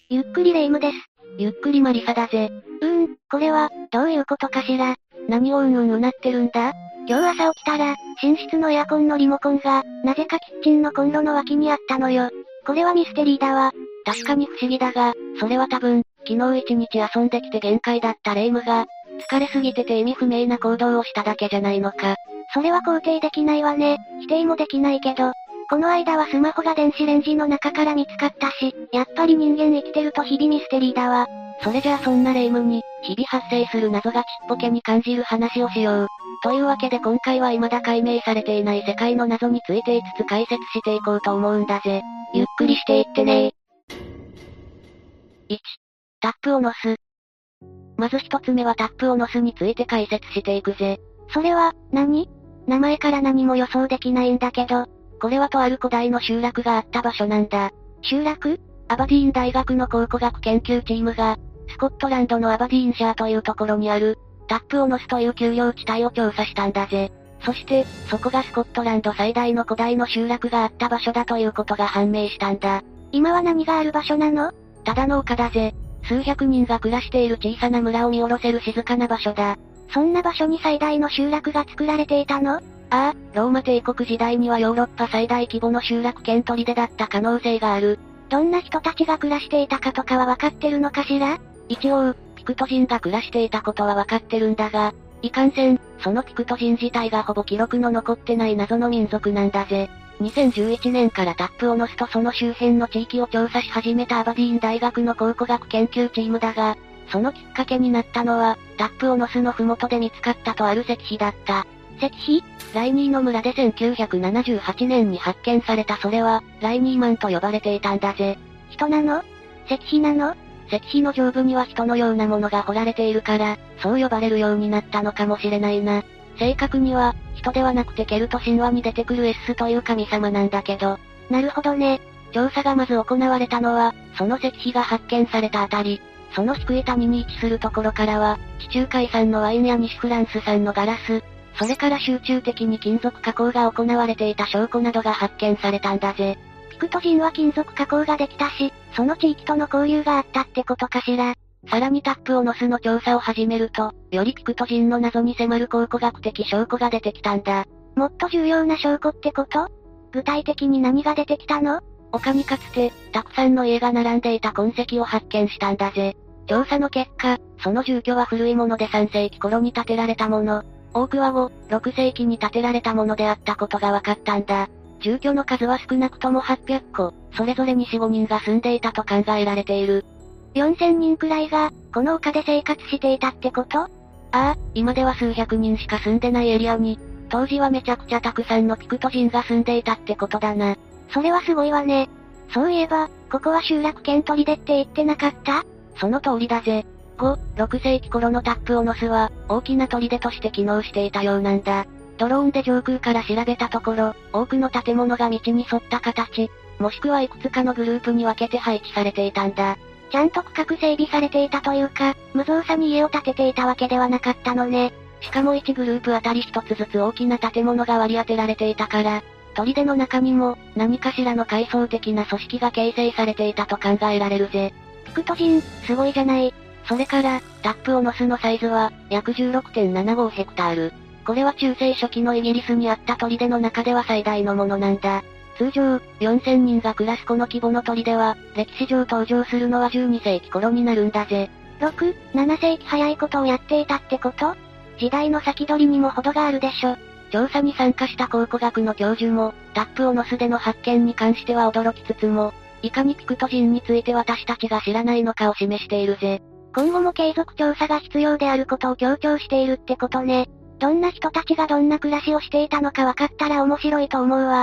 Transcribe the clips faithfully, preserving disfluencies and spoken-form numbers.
ゆっくりレ夢ムです。 ゆっくりマリサだぜ。 うーん、これは、どういうことかしら。 何をうんうんうなってるんだ？ 今日朝起きたら、寝室のエアコンのリモコンが、なぜかキッチンのコンロの脇にあったのよ。これはミステリーだわ。 確かに不思議だが、それは多分、昨日一日遊んできて限界だったレ夢ムが、疲れすぎてて意味不明な行動をしただけじゃないのか。 それは肯定できないわね。否定もできないけど。この間はスマホが電子レンジの中から見つかったし、やっぱり人間生きてると日々ミステリーだわ。 それじゃあそんなレ夢ムに、日々発生する謎がちっぽけに感じる話をしよう。というわけで今回は未だ解明されていない世界の謎についていつつ解説していこうと思うんだぜ。ゆっくりしていってねー。いち. タップオノス。まず一つ目はタップオノスについて解説していくぜ。 それは、何？名前から何も予想できないんだけど。 これはとある古代の集落があった場所なんだ。 集落？ アバディーン大学の考古学研究チームが、スコットランドのアバディーンシャーというところにある、タップオノスという丘陵地帯を調査したんだぜ。そして、そこがスコットランド最大の古代の集落があった場所だということが判明したんだ。 今は何がある場所なの？ ただの丘だぜ。数百人が暮らしている小さな村を見下ろせる静かな場所だ。 そんな場所に最大の集落が作られていたの？ ああ、ローマ帝国時代にはヨーロッパ最大規模の集落兼砦だった可能性がある。 どんな人たちが暮らしていたかとかは分かってるのかしら？ 一応、ピクト人が暮らしていたことは分かってるんだが、いかんせん、そのピクト人自体がほぼ記録の残ってない謎の民族なんだぜ。にせんじゅういちねんからタップオノスとその周辺の地域を調査し始めたアバディーン大学の考古学研究チームだが、そのきっかけになったのは、タップオノスの麓で見つかったとある石碑だった。 石碑？ ライニーの村でせんきゅうひゃくななじゅうはちねんに発見されたそれは、ライニーマンと呼ばれていたんだぜ。 人なの？石碑なの？ 石碑の上部には人のようなものが彫られているから、そう呼ばれるようになったのかもしれないな。正確には、人ではなくてケルト神話に出てくるエッスという神様なんだけど。 なるほどね。 調査がまず行われたのは、その石碑が発見されたあたり。その低い谷に位置するところからは、地中海産のワインや西フランス産のガラス、それから集中的に金属加工が行われていた証拠などが発見されたんだぜ。 ピクト人は金属加工ができたし、その地域との交流があったってことかしら。 さらにタップオノスの調査を始めると、よりピクト人の謎に迫る考古学的証拠が出てきたんだ。 もっと重要な証拠ってこと？具体的に何が出てきたの？ 丘にかつて、たくさんの家が並んでいた痕跡を発見したんだぜ。調査の結果、その住居は古いものでさんせいき頃に建てられたもの。多くはご、ろくせいきに建てられたものであったことが分かったんだ。住居の数は少なくともはっぴゃくこ、それぞれによん、ごにんが住んでいたと考えられている。 よんせんにんくらいが、この丘で生活していたってこと？ああ、今では数百人しか住んでないエリアに、当時はめちゃくちゃたくさんのピクト人が住んでいたってことだな。 それはすごいわね。そういえば、ここは集落兼砦って言ってなかった？ その通りだぜ。ご、ろくせいき頃のタップオノスは、大きな砦として機能していたようなんだ。ドローンで上空から調べたところ、多くの建物が道に沿った形、もしくはいくつかのグループに分けて配置されていたんだ。 ちゃんと区画整備されていたというか、無造作に家を建てていたわけではなかったのね。 しかもいちグループあたりひとつずつ大きな建物が割り当てられていたから、砦の中にも、何かしらの階層的な組織が形成されていたと考えられるぜ。 ピクト人、すごいじゃない。 それから、タップオノスのサイズは、約 じゅうろくてんななご ヘクタール。これは中世初期のイギリスにあった砦の中では最大のものなんだ。通常、よんせんにんが暮らすこの規模の砦は、歴史上登場するのはじゅうにせいき頃になるんだぜ。 ろく、ななせいき早いことをやっていたってこと？時代の先取りにも程があるでしょ。 調査に参加した考古学の教授も、タップオノスでの発見に関しては驚きつつも、いかにピクト人について私たちが知らないのかを示しているぜ。 今後も継続調査が必要であることを強調しているってことね。どんな人たちがどんな暮らしをしていたのか分かったら面白いと思うわ。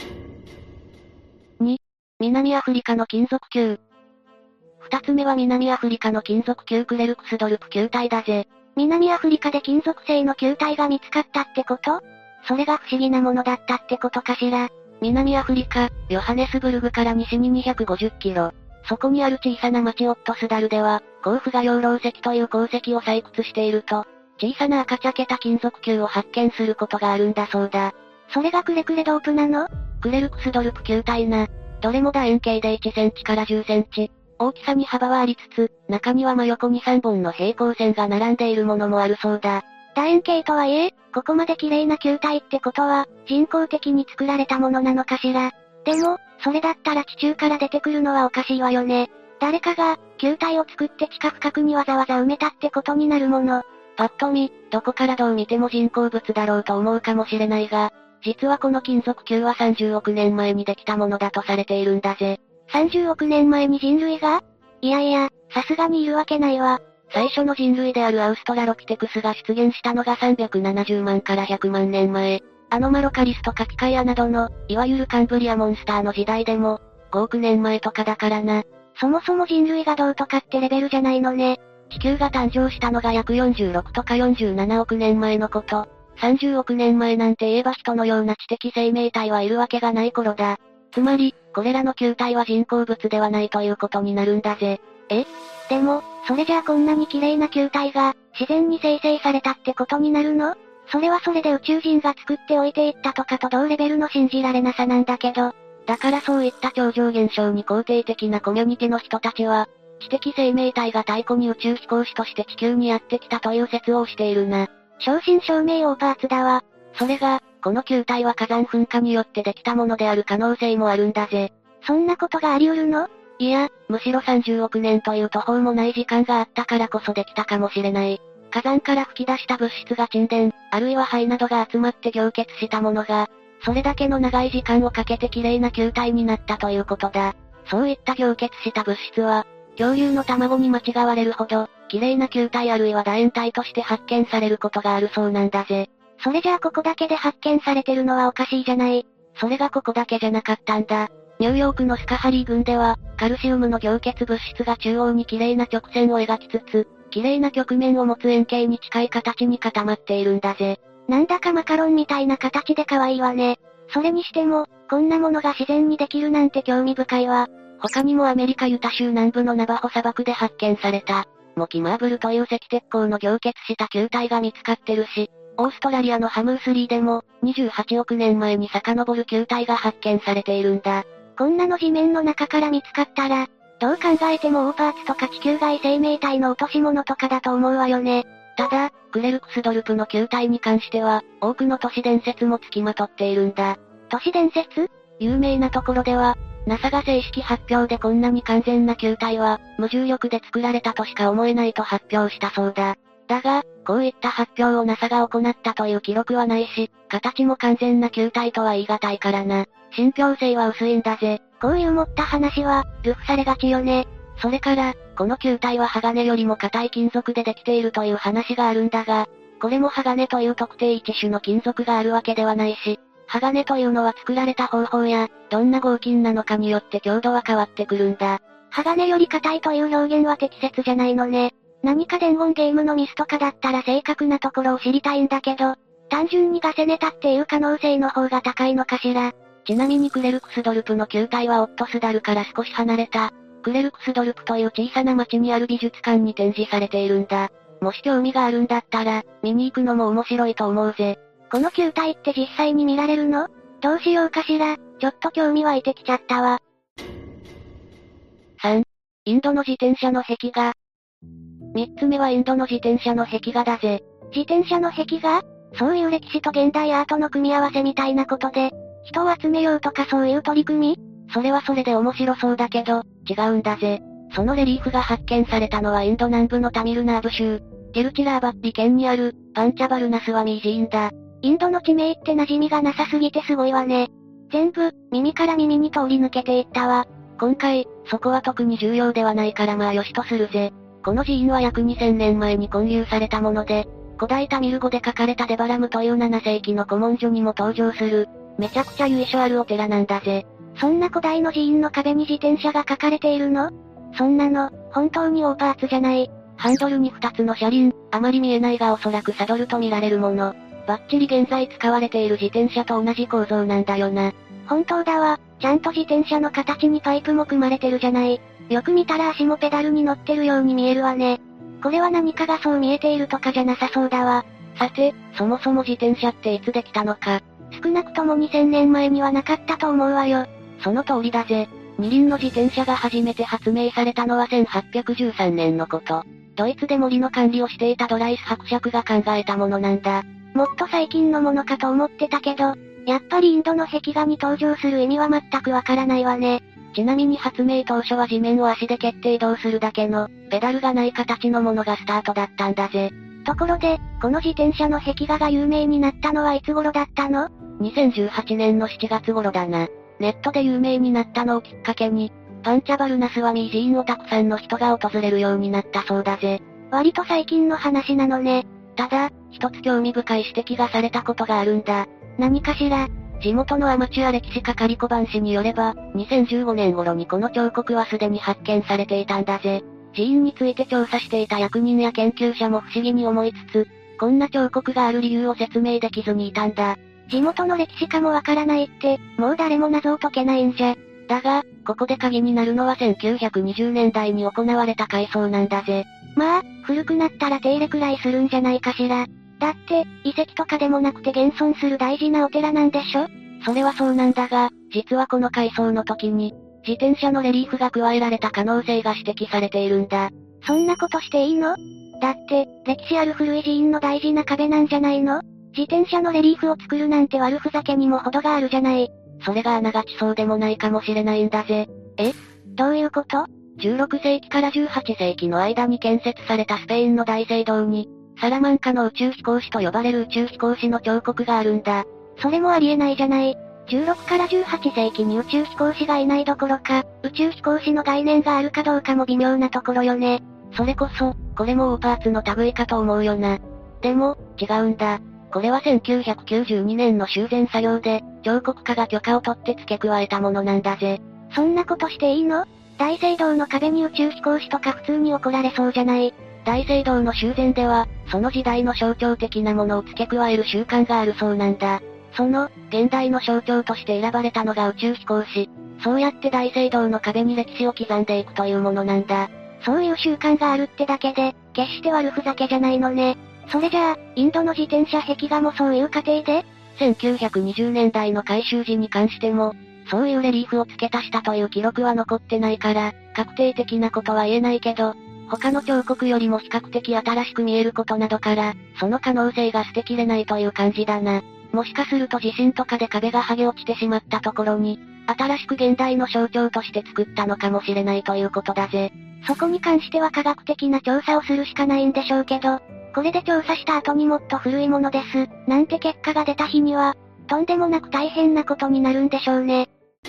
に、南アフリカの金属球。二つ目は南アフリカの金属球クレルクスドルプ球体だぜ。 南アフリカで金属製の球体が見つかったってこと？それが不思議なものだったってことかしら。 南アフリカ、ヨハネスブルグから西ににひゃくごじゅっキロ。そこにある小さな町オットスダルでは、高不可溶鉱石という鉱石を採掘していると、小さな赤茶けた金属球を発見することがあるんだそうだ。 それがクレクレドープなの？ クレルクスドルプ球体な。どれも楕円形でいちセンチからじゅっセンチ。 大きさに幅はありつつ、中には真横にさんぼんの平行線が並んでいるものもあるそうだ。 楕円形とはいえ、ここまで綺麗な球体ってことは、人工的に作られたものなのかしら。でも、それだったら地中から出てくるのはおかしいわよね。誰かが、球体を作って地下深くにわざわざ埋めたってことになるもの。 パッと見、どこからどう見ても人工物だろうと思うかもしれないが、実はこの金属球はさんじゅうおくねんまえにできたものだとされているんだぜ。 さんじゅうおくねんまえに人類が？いやいや、さすがにいるわけないわ。 最初の人類であるアウストラロピテクスが出現したのがさんびゃくななじゅうまんからひゃくまんねんまえ。アノマロカリスとかピカイアなどの、いわゆるカンブリアモンスターの時代でも、ごおくねんまえとかだからな。 そもそも人類がどうとかってレベルじゃないのね。 地球が誕生したのが約よんじゅうろくとかよんじゅうななおくねんまえのこと。さんじゅうおくねんまえなんて言えば人のような知的生命体はいるわけがない頃だ。つまり、これらの球体は人工物ではないということになるんだぜ。 え？でも、それじゃあこんなに綺麗な球体が、自然に生成されたってことになるの？それはそれで宇宙人が作っておいていったとかと同レベルの信じられなさなんだけど。 だからそういった超常現象に肯定的なコミュニティの人たちは、知的生命体が太古に宇宙飛行士として地球にやってきたという説をしているな。 正真正銘オーパーツだわ。 それが、この球体は火山噴火によってできたものである可能性もあるんだぜ。 そんなことがあり得るの？ いや、むしろさんじゅうおくねんという途方もない時間があったからこそできたかもしれない。火山から吹き出した物質が沈殿、あるいは灰などが集まって凝結したものが、それだけの長い時間をかけて綺麗な球体になったということだ。そういった凝結した物質は、恐竜の卵に間違われるほど、綺麗な球体あるいは楕円体として発見されることがあるそうなんだぜ。 それじゃあここだけで発見されてるのはおかしいじゃない。 それがここだけじゃなかったんだ。ニューヨークのスカハリー郡では、カルシウムの凝結物質が中央に綺麗な直線を描きつつ、綺麗な曲面を持つ円形に近い形に固まっているんだぜ。 なんだかマカロンみたいな形で可愛いわね。それにしても、こんなものが自然にできるなんて興味深いわ。 他にもアメリカユタ州南部のナバホ砂漠で発見された、モキマーブルという赤鉄鉱の凝結した球体が見つかってるし、オーストラリアのハムースリーでも、にじゅうはちおくねんまえに遡る球体が発見されているんだ。 こんなの地面の中から見つかったら、どう考えてもオーパーツとか地球外生命体の落とし物とかだと思うわよね。 ただ、クレルクスドルプの球体に関しては、多くの都市伝説も付きまとっているんだ。 都市伝説？ 有名なところでは、ナサ が正式発表でこんなに完全な球体は、無重力で作られたとしか思えないと発表したそうだ。だが、こういった発表を ナサ が行ったという記録はないし、形も完全な球体とは言い難いからな。信憑性は薄いんだぜ。 こういう持った話は、ルフされがちよね。 それから、この球体は鋼よりも硬い金属でできているという話があるんだが、これも鋼という特定一種の金属があるわけではないし、鋼というのは作られた方法や、どんな合金なのかによって強度は変わってくるんだ。 鋼より硬いという表現は適切じゃないのね。何か伝言ゲームのミスとかだったら正確なところを知りたいんだけど、単純にガセネタっていう可能性の方が高いのかしら。 ちなみにクレルクスドルプの球体はオットスダルから少し離れた、クレルクスドルプという小さな町にある美術館に展示されているんだ。もし興味があるんだったら、見に行くのも面白いと思うぜ。 この球体って実際に見られるの？どうしようかしら、ちょっと興味湧いてきちゃったわ。 さん. インドの自転車の壁画。みっつめはインドの自転車の壁画だぜ。 自転車の壁画？そういう歴史と現代アートの組み合わせみたいなことで、人を集めようとかそういう取り組み？ それはそれで面白そうだけど、違うんだぜ。そのレリーフが発見されたのはインド南部のタミルナード州、ティルチラーバッリ県にある、パンチャバルナスワミー寺院だ。 インドの地名って馴染みがなさすぎてすごいわね。全部、耳から耳に通り抜けていったわ。 今回、そこは特に重要ではないからまあよしとするぜ。この寺院は約にせんねんまえに建立されたもので、古代タミル語で書かれたデバラムというななせいきの古文書にも登場する、めちゃくちゃ由緒あるお寺なんだぜ。 そんな古代の寺院の壁に自転車が書かれているの？そんなの、本当にオーパーツじゃない。 ハンドルにふたつの車輪、あまり見えないがおそらくサドルと見られるもの。バッチリ現在使われている自転車と同じ構造なんだよな。 本当だわ、ちゃんと自転車の形にパイプも組まれてるじゃない。よく見たら足もペダルに乗ってるように見えるわね。これは何かがそう見えているとかじゃなさそうだわ。 さて、そもそも自転車っていつできたのか。 少なくともにせんねんまえにはなかったと思うわよ。 その通りだぜ。 二輪の自転車が初めて発明されたのはせんはっぴゃくじゅうさんねんのこと。ドイツで森の管理をしていたドライス伯爵が考えたものなんだ。 もっと最近のものかと思ってたけど、やっぱりインドの壁画に登場する意味は全くわからないわね。 ちなみに発明当初は地面を足で蹴って移動するだけの、ペダルがない形のものがスタートだったんだぜ。 ところで、この自転車の壁画が有名になったのはいつ頃だったの？ にせんじゅうはちねんのしちがつ頃だな。ネットで有名になったのをきっかけに、パンチャバルナスワミー寺院をたくさんの人が訪れるようになったそうだぜ。 割と最近の話なのね。 ただ、一つ興味深い指摘がされたことがあるんだ。 何かしら？ 地元のアマチュア歴史家カリコバン氏によれば、にせんじゅうごねん頃にこの彫刻はすでに発見されていたんだぜ。寺院について調査していた役人や研究者も不思議に思いつつ、こんな彫刻がある理由を説明できずにいたんだ。 地元の歴史家もわからないって、もう誰も謎を解けないんじゃ。 だが、ここで鍵になるのはせんきゅうひゃくにじゅうねんだいに行われた改装なんだぜ。 まあ、古くなったら手入れくらいするんじゃないかしら。だって、遺跡とかでもなくて現存する大事なお寺なんでしょ？ それはそうなんだが、実はこの改装の時に、自転車のレリーフが加えられた可能性が指摘されているんだ。 そんなことしていいの？だって、歴史ある古い寺院の大事な壁なんじゃないの？自転車のレリーフを作るなんて悪ふざけにも程があるじゃない。 それがあながちそうでもないかもしれないんだぜ。 え？どういうこと？ じゅうろくせいきからじゅうはっせいきの間に建設されたスペインの大聖堂に、サラマンカの宇宙飛行士と呼ばれる宇宙飛行士の彫刻があるんだ。 それもありえないじゃない。じゅうろくからじゅうはっせいきに宇宙飛行士がいないどころか、宇宙飛行士の概念があるかどうかも微妙なところよね。 それこそ、これもオーパーツの類かと思うよな。でも、違うんだ。これはせんきゅうひゃくきゅうじゅうにねんの修繕作業で、彫刻家が許可を取って付け加えたものなんだぜ。 そんなことしていいの？大聖堂の壁に宇宙飛行士とか普通に怒られそうじゃない。 大聖堂の修繕では、その時代の象徴的なものを付け加える習慣があるそうなんだ。その、現代の象徴として選ばれたのが宇宙飛行士。そうやって大聖堂の壁に歴史を刻んでいくというものなんだ。 そういう習慣があるってだけで、決して悪ふざけじゃないのね。それじゃあ、インドの自転車壁画もそういう過程で？ せんきゅうひゃくにじゅうねんだいの改修時に関しても、そういうレリーフを付け足したという記録は残ってないから、確定的なことは言えないけど、他の彫刻よりも比較的新しく見えることなどから、その可能性が捨てきれないという感じだな。もしかすると地震とかで壁が剥げ落ちてしまったところに、新しく現代の象徴として作ったのかもしれないということだぜ。 そこに関しては科学的な調査をするしかないんでしょうけど、これで調査した後にもっと古いものです、なんて結果が出た日には、とんでもなく大変なことになるんでしょうね。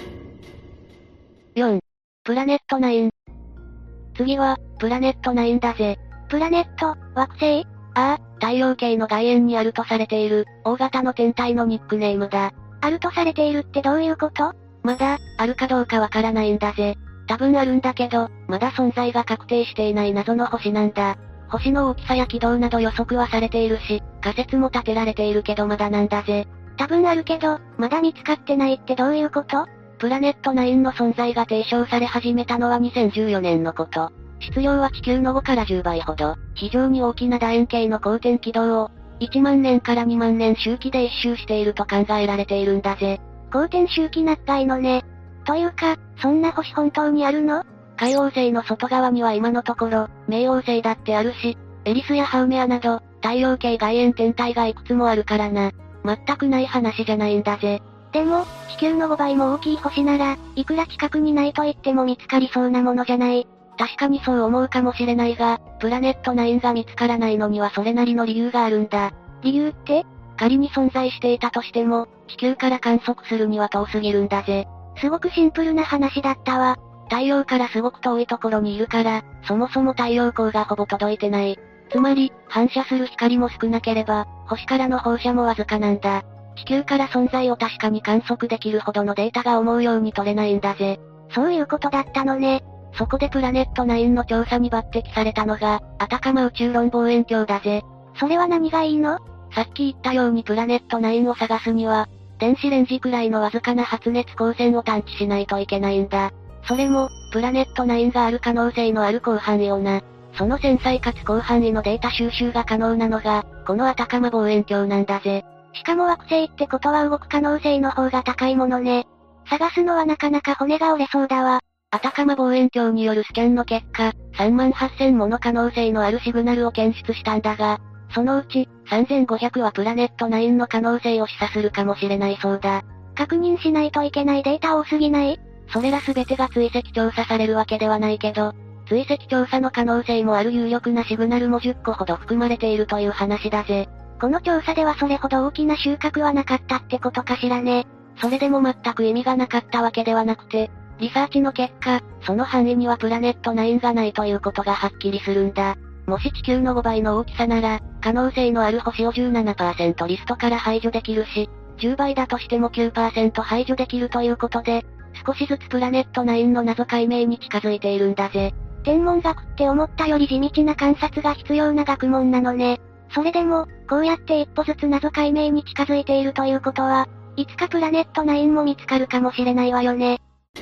よん. プラネットナイン。次は、プラネットナインだぜ。 プラネット、惑星？ ああ、太陽系の外縁にあるとされている、大型の天体のニックネームだ。 あるとされているってどういうこと？ まだ、あるかどうかわからないんだぜ。多分あるんだけど、まだ存在が確定していない謎の星なんだ。星の大きさや軌道など予測はされているし、仮説も立てられているけどまだなんだぜ。 多分あるけど、まだ見つかってないってどういうこと？ プラネットナインの存在が提唱され始めたのはにせんじゅうよねんのこと。質量は地球のごからじゅうばいほど、非常に大きな楕円形の公転軌道を、いちまんねんからにまんねん周期で一周していると考えられているんだぜ。 公転周期長いのね。というか、そんな星本当にあるの？ 海王星の外側には今のところ、冥王星だってあるし、エリスやハウメアなど、太陽系外縁天体がいくつもあるからな。全くない話じゃないんだぜ。 でも、地球のごばいも大きい星なら、いくら近くにないと言っても見つかりそうなものじゃない。 確かにそう思うかもしれないが、プラネットナインが見つからないのにはそれなりの理由があるんだ。 理由って？ 仮に存在していたとしても、地球から観測するには遠すぎるんだぜ。 すごくシンプルな話だったわ。 太陽からすごく遠いところにいるから、そもそも太陽光がほぼ届いてない。つまり、反射する光も少なければ、星からの放射もわずかなんだ。地球から存在を確かに観測できるほどのデータが思うように取れないんだぜ。 そういうことだったのね。 そこでプラネットナインの調査に抜擢されたのが、アタカマ宇宙論望遠鏡だぜ。 それは何がいいの？ さっき言ったようにプラネットナインを探すには、電子レンジくらいのわずかな発熱光線を探知しないといけないんだ。それも、プラネットナインがある可能性のある広範囲をな。その繊細かつ広範囲のデータ収集が可能なのが、このアタカマ望遠鏡なんだぜ。 しかも惑星ってことは動く可能性の方が高いものね。 探すのはなかなか骨が折れそうだわ。 あたかま望遠鏡によるスキャンの結果、さんまんはっせんもの可能性のあるシグナルを検出したんだが、そのうち、さんぜんごひゃくはプラネットナインの可能性を示唆するかもしれないそうだ。 確認しないといけないデータ多すぎない？ それらすべてが追跡調査されるわけではないけど、追跡調査の可能性もある有力なシグナルもじゅっこほど含まれているという話だぜ。 この調査ではそれほど大きな収穫はなかったってことかしらね。 それでも全く意味がなかったわけではなくて、リサーチの結果、その範囲にはプラネットナインがないということがはっきりするんだ。もし地球のごばいの大きさなら、可能性のある星を じゅうななパーセント リストから排除できるし、じゅうばいだとしても きゅうパーセント 排除できるということで、少しずつプラネットナインの謎解明に近づいているんだぜ。 天文学って思ったより地道な観察が必要な学問なのね。それでも、こうやって一歩ずつ謎解明に近づいているということは、いつかプラネットナインも見つかるかもしれないわよね。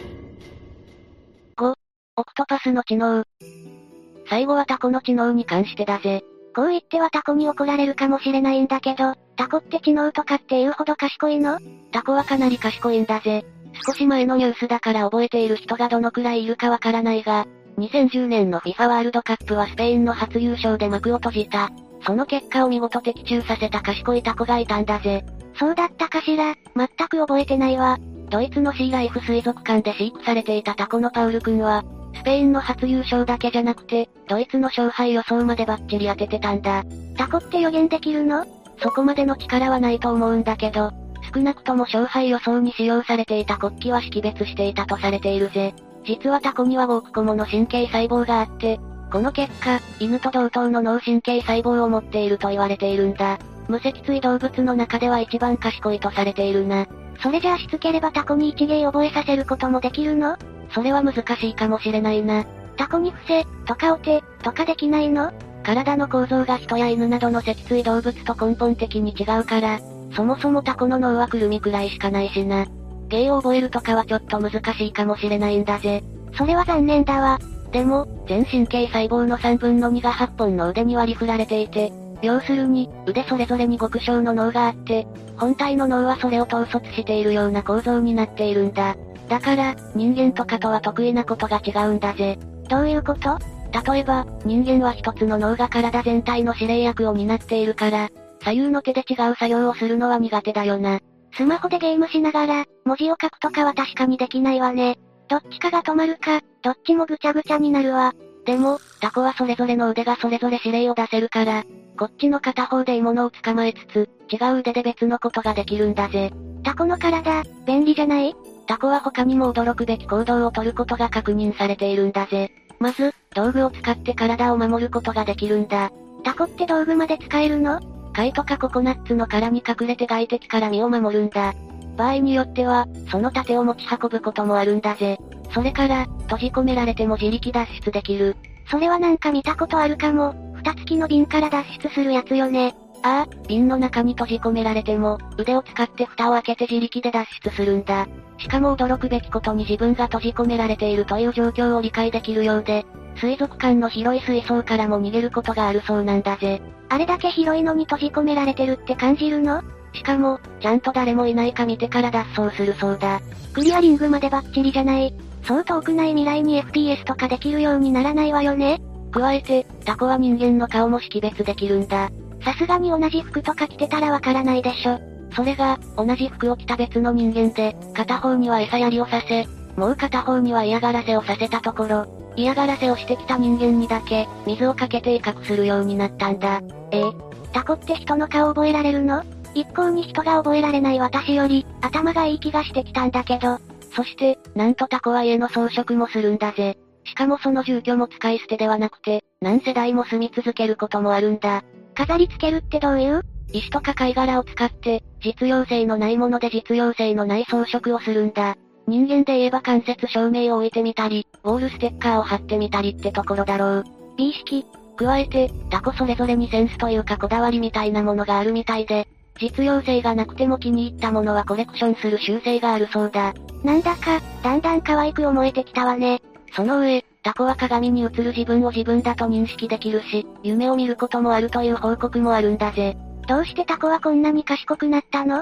ご、オクトパスの知能。最後はタコの知能に関してだぜ。 こう言ってはタコに怒られるかもしれないんだけど、タコって知能とかっていうほど賢いの？ タコはかなり賢いんだぜ。少し前のニュースだから覚えている人がどのくらいいるかわからないが、にせんじゅうねんの フィファ ワールドカップはスペインの初優勝で幕を閉じた。その結果を見事的中させた賢いタコがいたんだぜ。 そうだったかしら、全く覚えてないわ。 ドイツのシーライフ水族館で飼育されていたタコのパウル君は、スペインの初優勝だけじゃなくて、ドイツの勝敗予想までバッチリ当ててたんだ。 タコって予言できるの？ そこまでの力はないと思うんだけど、少なくとも勝敗予想に使用されていた国旗は識別していたとされているぜ。実はタコにはごおくこもの神経細胞があって、この結果、犬と同等の脳神経細胞を持っていると言われているんだ。無脊椎動物の中では一番賢いとされているな。 それじゃあしつければタコに一芸覚えさせることもできるの？ それは難しいかもしれないな。 タコに伏せ、とかお手、とかできないの？ 体の構造が人や犬などの脊椎動物と根本的に違うから、そもそもタコの脳はくるみくらいしかないしな。芸を覚えるとかはちょっと難しいかもしれないんだぜ。 それは残念だわ。 でも、全神経細胞のさんぶんのにがはっぽんの腕に割り振られていて、要するに、腕それぞれに極小の脳があって、本体の脳はそれを統率しているような構造になっているんだ。だから、人間とかとは得意なことが違うんだぜ。 どういうこと？ 例えば、人間は一つの脳が体全体の司令役を担っているから、左右の手で違う作業をするのは苦手だよな。 スマホでゲームしながら、文字を書くとかは確かにできないわね。どっちかが止まるか、どっちもぐちゃぐちゃになるわ。 でも、タコはそれぞれの腕がそれぞれ指令を出せるから、こっちの片方で獲物を捕まえつつ、違う腕で別のことができるんだぜ。 タコの体、便利じゃない？ タコは他にも驚くべき行動をとることが確認されているんだぜ。まず、道具を使って体を守ることができるんだ。 タコって道具まで使えるの？ 貝とかココナッツの殻に隠れて外敵から身を守るんだ。場合によっては、その盾を持ち運ぶこともあるんだぜ。それから、閉じ込められても自力脱出できる。 それはなんか見たことあるかも。蓋付きの瓶から脱出するやつよね。 ああ、瓶の中に閉じ込められても、腕を使って蓋を開けて自力で脱出するんだ。しかも驚くべきことに自分が閉じ込められているという状況を理解できるようで、水族館の広い水槽からも逃げることがあるそうなんだぜ。 あれだけ広いのに閉じ込められてるって感じるの？ しかも、ちゃんと誰もいないか見てから脱走するそうだ。 クリアリングまでバッチリじゃない。そう遠くない未来に エフピーエス とかできるようにならないわよね。 加えて、タコは人間の顔も識別できるんだ。 さすがに同じ服とか着てたらわからないでしょ。 それが、同じ服を着た別の人間で、片方には餌やりをさせ、もう片方には嫌がらせをさせたところ、嫌がらせをしてきた人間にだけ、水をかけて威嚇するようになったんだ。 ええ、タコって人の顔覚えられるの？一向に人が覚えられない私より、頭がいい気がしてきたんだけど。 そして、なんとタコは家の装飾もするんだぜ。しかもその住居も使い捨てではなくて、何世代も住み続けることもあるんだ。 飾り付けるってどういう？ 石とか貝殻を使って、実用性のないもので実用性のない装飾をするんだ。人間で言えば間接照明を置いてみたり、ウォールステッカーを貼ってみたりってところだろう。 美意識。 加えて、タコそれぞれにセンスというかこだわりみたいなものがあるみたいで、実用性がなくても気に入ったものはコレクションする習性があるそうだ。 なんだか、だんだん可愛く思えてきたわね。 その上、タコは鏡に映る自分を自分だと認識できるし、夢を見ることもあるという報告もあるんだぜ。 どうしてタコはこんなに賢くなったの？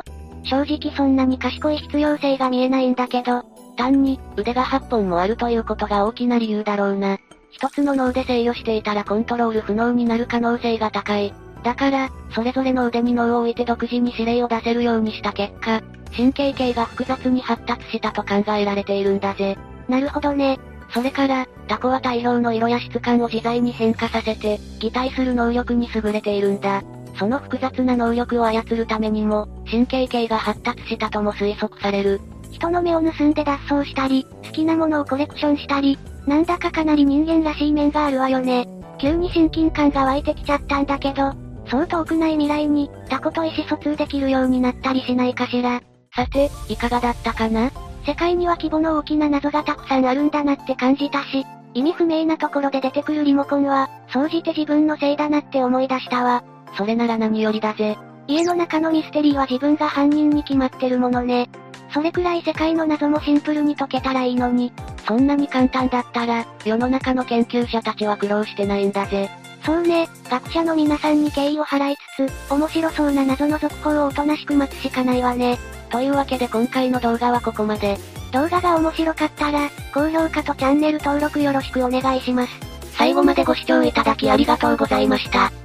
正直そんなに賢い必要性が見えないんだけど、 単に、腕がはっぽんもあるということが大きな理由だろうな。一つの脳で制御していたらコントロール不能になる可能性が高い。だから、それぞれの腕に脳を置いて独自に指令を出せるようにした結果、神経系が複雑に発達したと考えられているんだぜ。 なるほどね。 それから、タコは体表の色や質感を自在に変化させて、擬態する能力に優れているんだ。その複雑な能力を操るためにも、神経系が発達したとも推測される。 人の目を盗んで脱走したり、好きなものをコレクションしたり、なんだかかなり人間らしい面があるわよね。急に親近感が湧いてきちゃったんだけど、そう遠くない未来に、タコと意思疎通できるようになったりしないかしら。 さて、いかがだったかな？ 世界には規模の大きな謎がたくさんあるんだなって感じたし、意味不明なところで出てくるリモコンは、総じて自分のせいだなって思い出したわ。 それなら何よりだぜ。 家の中のミステリーは自分が犯人に決まってるものね。それくらい世界の謎もシンプルに解けたらいいのに。 そんなに簡単だったら、世の中の研究者たちは苦労してないんだぜ。 そうね、学者の皆さんに敬意を払いつつ、面白そうな謎の続報をおとなしく待つしかないわね。 というわけで今回の動画はここまで。 動画が面白かったら、高評価とチャンネル登録よろしくお願いします。 最後までご視聴いただきありがとうございました。